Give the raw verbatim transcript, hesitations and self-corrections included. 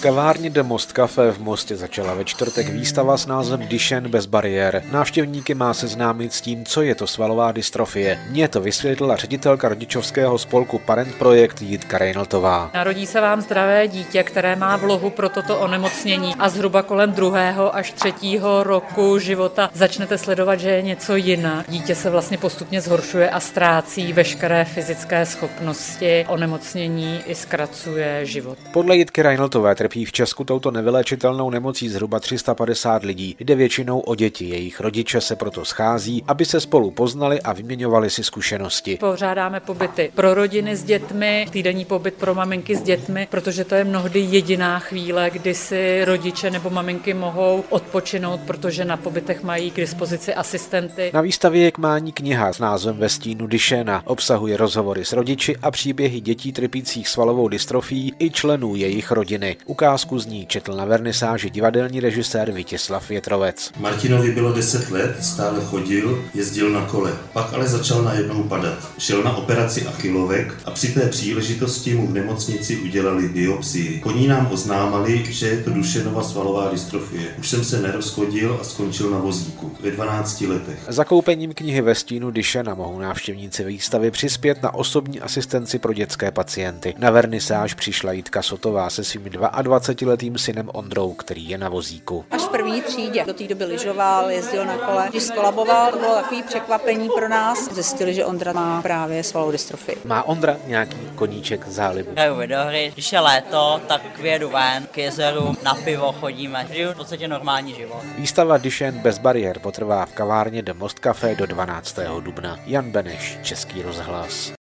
kavárně The Most Café v Mostě začala ve čtvrtek výstava s názvem Duchenne bez bariér. Návštěvníky má seznámit s tím, co je to svalová dystrofie. Mně to vysvětlila ředitelka rodičovského spolku Parent Projekt Jitka Rejnltová. Narodí se vám zdravé dítě, které má vlohu pro toto onemocnění a zhruba kolem druhého až třetího roku života začnete sledovat, že je něco jinak. Dítě se vlastně postupně zhoršuje a ztrácí veškeré fyzické schopnosti. Onemocnění i zkracuje život. Podle Jitky Rejnltové trpí v Česku touto nevyléčitelnou nemocí zhruba tři sta padesát lidí. Jde většinou o děti, jejich rodiče se proto schází, aby se spolu poznali a vyměňovali si zkušenosti. Pořádáme pobyty pro rodiny s dětmi, týdenní pobyt pro maminky s dětmi, protože to je mnohdy jediná chvíle, kdy si rodiče nebo maminky mohou odpočinout, protože na pobytech mají k dispozici asistenty. Na výstavě je k mání kniha s názvem Ve stínu Duchenne. Obsahuje rozhovory s rodiči a příběhy dětí trpících svalovou dystrofií i členů jejich rodiny. Ukázku z ní četl na vernisáži divadelní režisér Vítězslav Větrovec. Martinovi bylo deset let, stále chodil, jezdil na kole. Pak ale začal najednou padat. Šel na operaci achilovek a při té příležitosti mu v nemocnici udělali biopsii. Po ní nám oznámili, že je to Duchennova svalová dystrofie. Už jsem se nerozchodil a skončil na vozíku ve dvanácti letech. Zakoupením knihy Ve stínu Duchenne mohou návštěvníci výstavy přispět na osobní asistenci pro dětské pacienty. Na vernisáž přišla Jitka Sotová se svým dvaadvacetiletým synem Ondrou, který je na vozíku. Až v první třídě. Do té doby lyžoval, jezdil na kole. Když skolaboval, to bylo takové překvapení pro nás. Zjistili, že Ondra má právě svalovou dystrofii. Má Ondra nějaký koníček zálibu? Hraju videohry, když je léto, tak vyjedu ven k jezeru, na pivo chodíme. Žiju v podstatě normální život. Výstava Duchenne bez bariér potrvá v kavárně The Most Café do dvanáctého dubna. Jan Beneš, Český rozhlas.